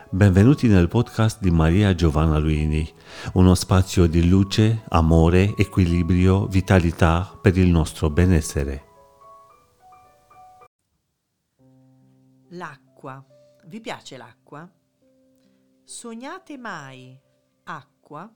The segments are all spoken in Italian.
Benvenuti nel podcast di Maria Giovanna Luini, uno spazio di luce, amore, equilibrio, vitalità per il nostro benessere. L'acqua. Vi piace l'acqua? Sognate mai acqua?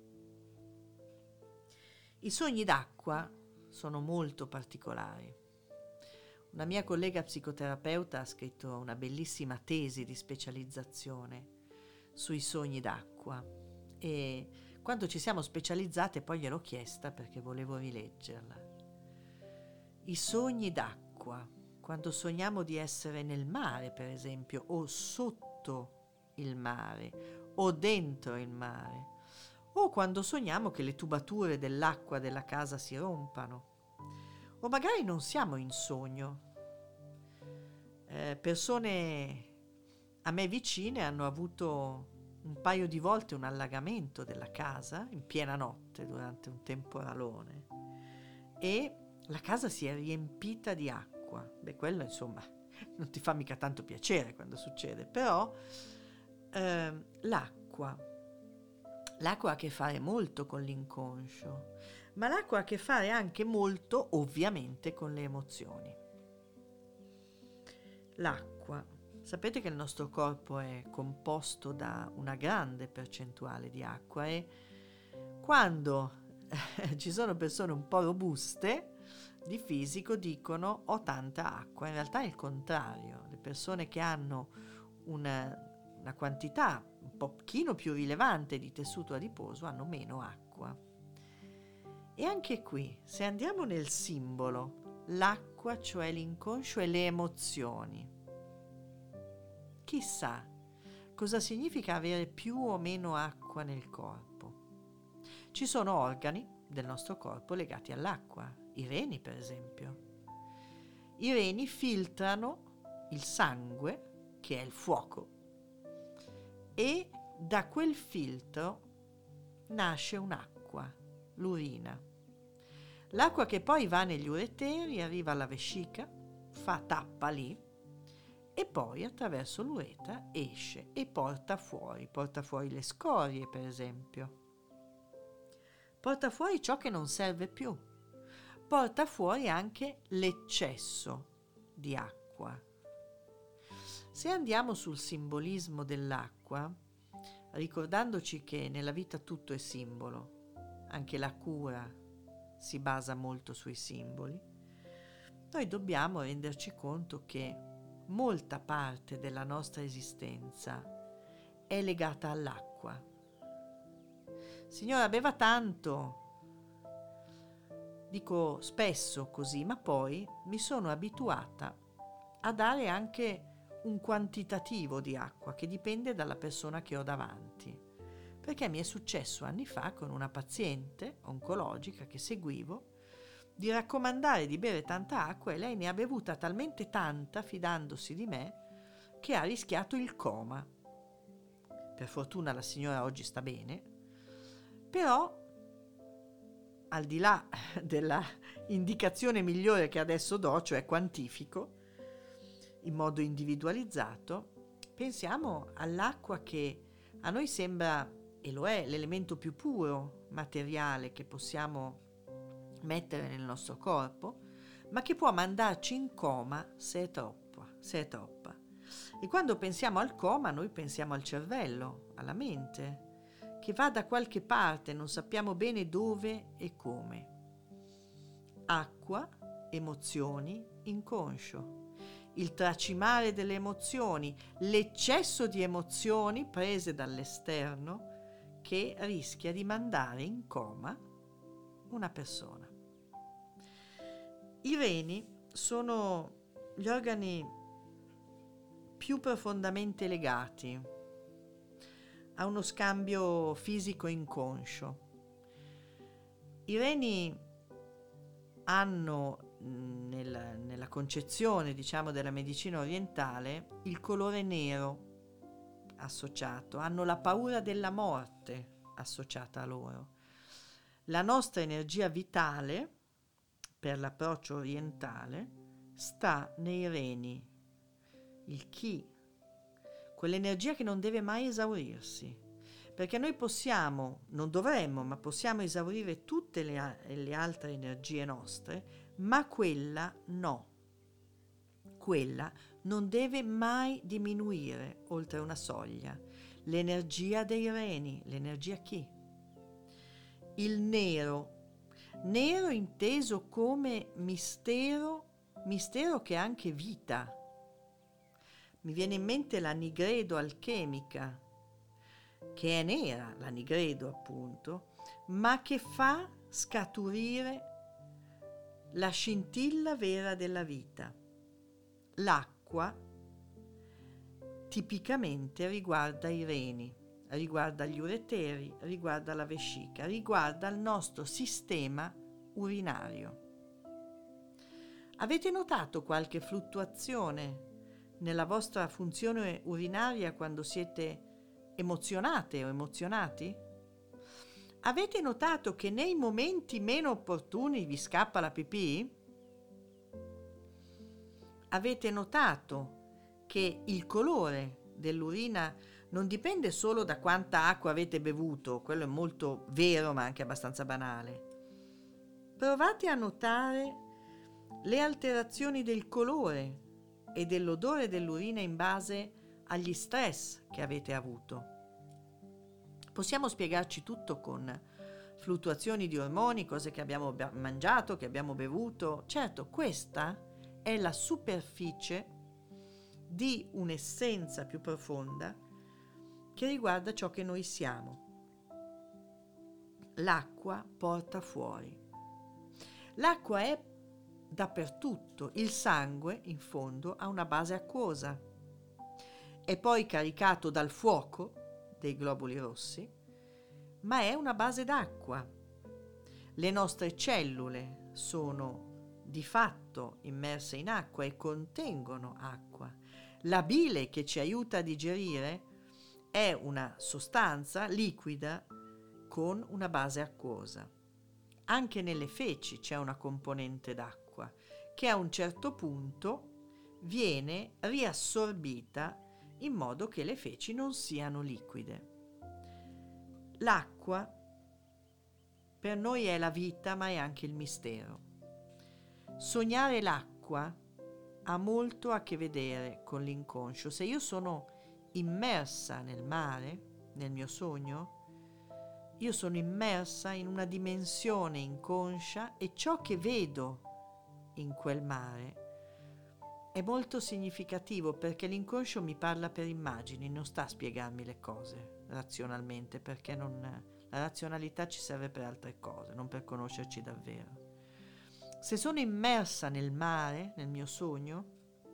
I sogni d'acqua sono molto particolari. Una mia collega psicoterapeuta ha scritto una bellissima tesi di specializzazione sui sogni d'acqua e quando ci siamo specializzate poi gliel'ho chiesta perché volevo rileggerla. I sogni d'acqua, quando sogniamo di essere nel mare per esempio o sotto il mare o dentro il mare o quando sogniamo che le tubature dell'acqua della casa si rompano. O magari non siamo in sogno. Persone a me vicine hanno avuto un paio di volte un allagamento della casa in piena notte durante un temporalone e la casa si è riempita di acqua. Beh, quello insomma non ti fa mica tanto piacere quando succede, però l'acqua ha a che fare molto con l'inconscio. Ma l'acqua ha a che fare anche molto, ovviamente, con le emozioni. L'acqua. Sapete che il nostro corpo è composto da una grande percentuale di acqua e quando ci sono persone un po' robuste di fisico dicono ho tanta acqua. In realtà è il contrario. Le persone che hanno una quantità un pochino più rilevante di tessuto adiposo hanno meno acqua. E anche qui, se andiamo nel simbolo, l'acqua, cioè l'inconscio e le emozioni, chissà cosa significa avere più o meno acqua nel corpo. Ci sono organi del nostro corpo legati all'acqua, i reni per esempio. I reni filtrano il sangue, che è il fuoco, e da quel filtro nasce un'acqua, l'urina. L'acqua che poi va negli ureteri, arriva alla vescica, fa tappa lì e poi attraverso l'uretra esce e porta fuori le scorie per esempio. Porta fuori ciò che non serve più. Porta fuori anche l'eccesso di acqua. Se andiamo sul simbolismo dell'acqua, ricordandoci che nella vita tutto è simbolo, anche la cura si basa molto sui simboli, noi dobbiamo renderci conto che molta parte della nostra esistenza è legata all'acqua. Signora, beva tanto. Dico spesso così, ma poi mi sono abituata a dare anche un quantitativo di acqua che dipende dalla persona che ho davanti. Perché mi è successo anni fa con una paziente oncologica che seguivo di raccomandare di bere tanta acqua e lei ne ha bevuta talmente tanta, fidandosi di me, che ha rischiato il coma. Per fortuna la signora oggi sta bene, però al di là della indicazione migliore che adesso do, cioè quantifico, in modo individualizzato, pensiamo all'acqua che a noi sembra, e lo è, l'elemento più puro materiale che possiamo mettere nel nostro corpo, ma che può mandarci in coma se è troppa. E quando pensiamo al coma, noi pensiamo al cervello, alla mente, che va da qualche parte, non sappiamo bene dove e come. Acqua, emozioni, inconscio. Il tracimare delle emozioni, l'eccesso di emozioni prese dall'esterno che rischia di mandare in coma una persona. I reni sono gli organi più profondamente legati a uno scambio fisico inconscio. I reni hanno nella concezione, diciamo, della medicina orientale il colore nero associato, hanno la paura della morte associata a loro. La nostra energia vitale, per l'approccio orientale, sta nei reni, il chi, quell'energia che non deve mai esaurirsi, perché noi possiamo, non dovremmo, ma possiamo esaurire tutte le altre energie nostre, ma quella no. Quella non deve mai diminuire oltre una soglia. L'energia dei reni, l'energia chi? Il nero inteso come mistero che è anche vita. Mi viene in mente la nigredo alchemica, che è nera, la nigredo appunto, ma che fa scaturire la scintilla vera della vita. L'acqua tipicamente riguarda i reni, riguarda gli ureteri, riguarda la vescica, riguarda il nostro sistema urinario. Avete notato qualche fluttuazione nella vostra funzione urinaria quando siete emozionate o emozionati? Avete notato che nei momenti meno opportuni vi scappa la pipì? Avete notato che il colore dell'urina non dipende solo da quanta acqua avete bevuto, quello è molto vero ma anche abbastanza banale. Provate a notare le alterazioni del colore e dell'odore dell'urina in base agli stress che avete avuto. Possiamo spiegarci tutto con fluttuazioni di ormoni, cose che abbiamo mangiato, che abbiamo bevuto. Certo, questa è la superficie di un'essenza più profonda che riguarda ciò che noi siamo. L'acqua porta fuori. L'acqua è dappertutto. Il sangue, in fondo, ha una base acquosa. È poi caricato dal fuoco dei globuli rossi, ma è una base d'acqua. Le nostre cellule sono di fatto immerse in acqua e contengono acqua. La bile che ci aiuta a digerire è una sostanza liquida con una base acquosa. Anche nelle feci c'è una componente d'acqua che a un certo punto viene riassorbita in modo che le feci non siano liquide. L'acqua per noi è la vita, ma è anche il mistero. Sognare l'acqua ha molto a che vedere con l'inconscio. Se io sono immersa nel mare, nel mio sogno, io sono immersa in una dimensione inconscia e ciò che vedo in quel mare è molto significativo, perché l'inconscio mi parla per immagini, non sta a spiegarmi le cose razionalmente, perché la razionalità ci serve per altre cose, non per conoscerci davvero. Se sono immersa nel mare, nel mio sogno,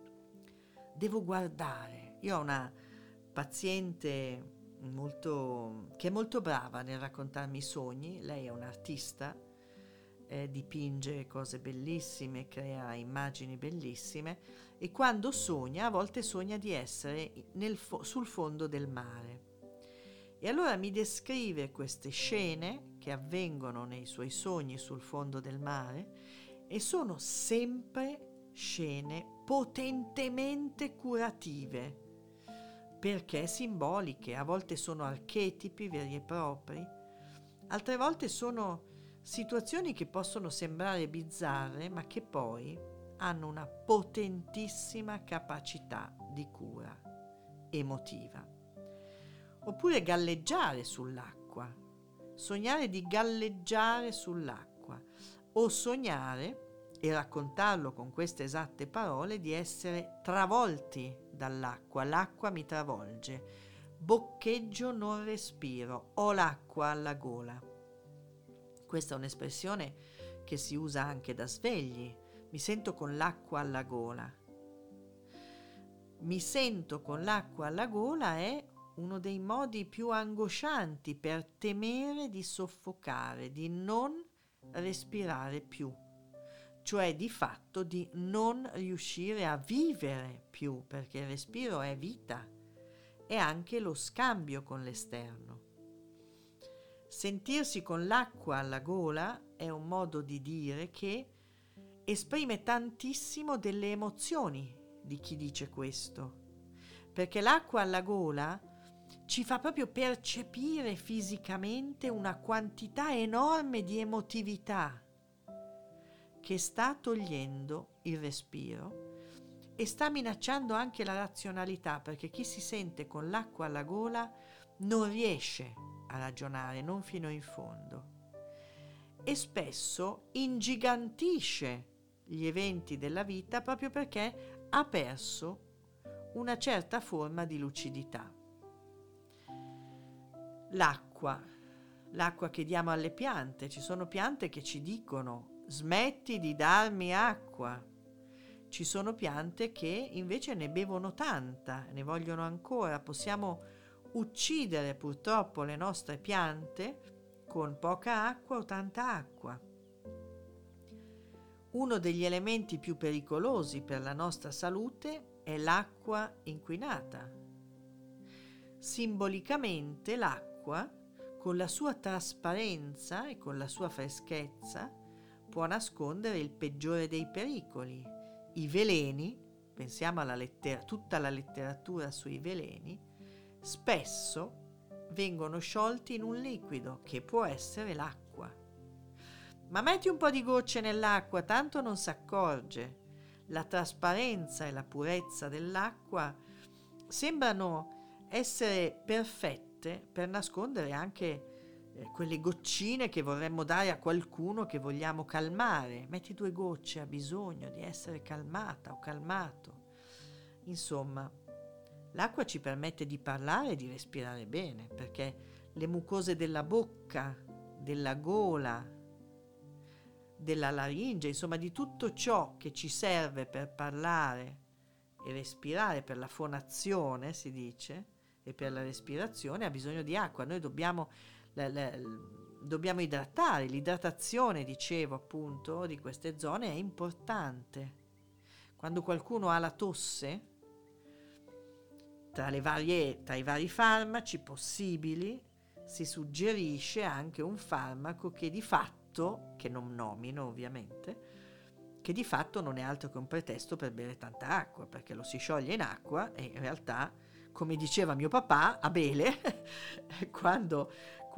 devo guardare. Io ho una paziente che è molto brava nel raccontarmi i sogni. Lei è un'artista, dipinge cose bellissime, crea immagini bellissime, e quando sogna, a volte sogna di essere sul fondo del mare. E allora mi descrive queste scene che avvengono nei suoi sogni sul fondo del mare, e sono sempre scene potentemente curative, perché simboliche. A volte sono archetipi veri e propri, altre volte sono situazioni che possono sembrare bizzarre, ma che poi hanno una potentissima capacità di cura emotiva. Oppure galleggiare sull'acqua, sognare di galleggiare sull'acqua, o sognare, e raccontarlo con queste esatte parole, di essere travolti dall'acqua. L'acqua mi travolge, boccheggio, non respiro, ho l'acqua alla gola. Questa è un'espressione che si usa anche da svegli. Mi sento con l'acqua alla gola. Mi sento con l'acqua alla gola è uno dei modi più angoscianti per temere di soffocare, di non respirare più, cioè di fatto di non riuscire a vivere più, perché il respiro è vita, è anche lo scambio con l'esterno. Sentirsi con l'acqua alla gola è un modo di dire che esprime tantissimo delle emozioni di chi dice questo, perché l'acqua alla gola ci fa proprio percepire fisicamente una quantità enorme di emotività che sta togliendo il respiro e sta minacciando anche la razionalità, perché chi si sente con l'acqua alla gola non riesce a ragionare, non fino in fondo, e spesso ingigantisce gli eventi della vita proprio perché ha perso una certa forma di lucidità. L'acqua che diamo alle piante, ci sono piante che ci dicono smetti di darmi acqua, ci sono piante che invece ne bevono tanta, ne vogliono ancora. Possiamo uccidere purtroppo le nostre piante con poca acqua o tanta acqua. Uno degli elementi più pericolosi per la nostra salute è l'acqua inquinata. Simbolicamente l'acqua, con la sua trasparenza e con la sua freschezza, può nascondere il peggiore dei pericoli, i veleni. Pensiamo alla tutta la letteratura sui veleni, spesso vengono sciolti in un liquido che può essere l'acqua. Ma metti un po' di gocce nell'acqua, tanto non si accorge. La trasparenza e la purezza dell'acqua sembrano essere perfette per nascondere anche quelle goccine che vorremmo dare a qualcuno che vogliamo calmare. Metti 2 gocce, ha bisogno di essere calmata o calmato. Insomma, l'acqua ci permette di parlare e di respirare bene, perché le mucose della bocca, della gola, della laringe, insomma di tutto ciò che ci serve per parlare e respirare, per la fonazione si dice, e per la respirazione ha bisogno di acqua. Noi dobbiamo idratare. L'idratazione, dicevo appunto, di queste zone è importante. Quando qualcuno ha la tosse, tra i vari farmaci possibili si suggerisce anche un farmaco che di fatto, che non nomino ovviamente, che di fatto non è altro che un pretesto per bere tanta acqua, perché lo si scioglie in acqua e in realtà, come diceva mio papà, Abele, quando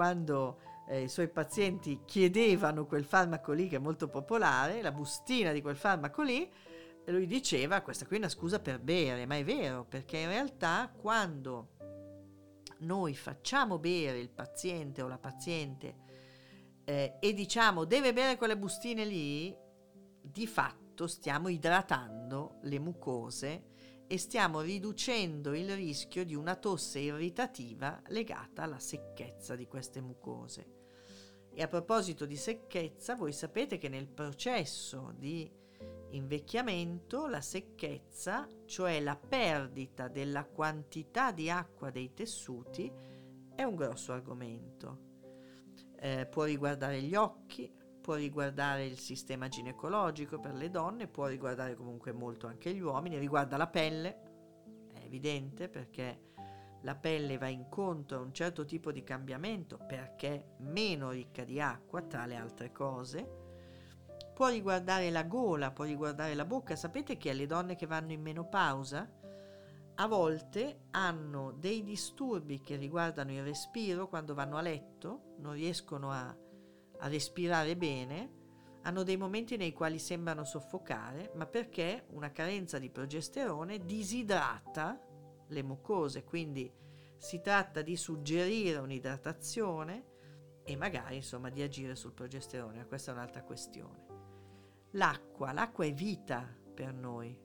i suoi pazienti chiedevano quel farmaco lì che è molto popolare, la bustina di quel farmaco lì, e lui diceva questa qui è una scusa per bere, ma è vero, perché in realtà quando noi facciamo bere il paziente o la paziente e diciamo deve bere quelle bustine lì, di fatto stiamo idratando le mucose e stiamo riducendo il rischio di una tosse irritativa legata alla secchezza di queste mucose. E a proposito di secchezza, voi sapete che nel processo di invecchiamento la secchezza, cioè la perdita della quantità di acqua dei tessuti, è un grosso argomento. Può riguardare gli occhi, può riguardare il sistema ginecologico per le donne, può riguardare comunque molto anche gli uomini, riguarda la pelle, è evidente, perché la pelle va incontro a un certo tipo di cambiamento perché meno ricca di acqua, tra le altre cose. Può riguardare la gola, può riguardare la bocca. Sapete che le donne che vanno in menopausa a volte hanno dei disturbi che riguardano il respiro quando vanno a letto, non riescono a respirare bene, hanno dei momenti nei quali sembrano soffocare, ma perché una carenza di progesterone disidrata le mucose, quindi si tratta di suggerire un'idratazione e magari insomma di agire sul progesterone, ma questa è un'altra questione. L'acqua è vita per noi.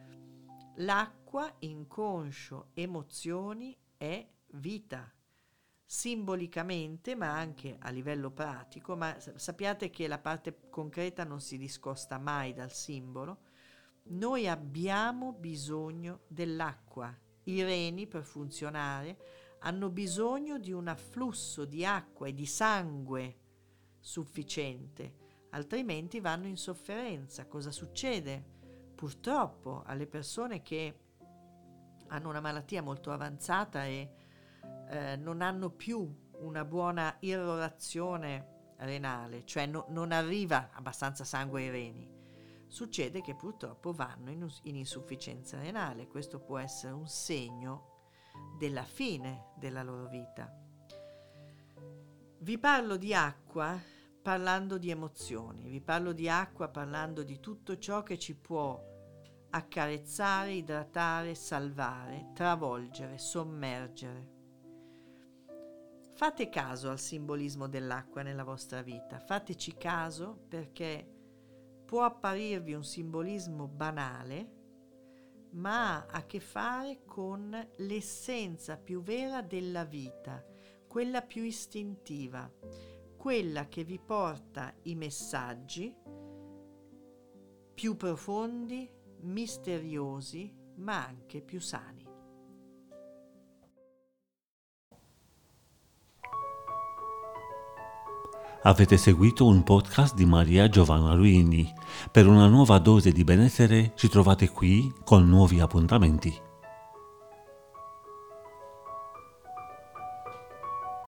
L'acqua, inconscio, emozioni, è vita. Simbolicamente, ma anche a livello pratico, ma sappiate che la parte concreta non si discosta mai dal simbolo. Noi abbiamo bisogno dell'acqua. I reni, per funzionare, hanno bisogno di un afflusso di acqua e di sangue sufficiente, altrimenti vanno in sofferenza. Cosa succede? Purtroppo alle persone che hanno una malattia molto avanzata e non hanno più una buona irrorazione renale, cioè non arriva abbastanza sangue ai reni. succede che purtroppo vanno in insufficienza renale. Questo può essere un segno della fine della loro vita. Vi parlo di acqua parlando di emozioni, vi parlo di acqua parlando di tutto ciò che ci può accarezzare, idratare, salvare, travolgere, sommergere. Fate caso al simbolismo dell'acqua nella vostra vita, fateci caso, perché può apparirvi un simbolismo banale, ma ha a che fare con l'essenza più vera della vita, quella più istintiva, quella che vi porta i messaggi più profondi, misteriosi, ma anche più sani. Avete seguito un podcast di Maria Giovanna Luini. Per una nuova dose di benessere ci trovate qui con nuovi appuntamenti.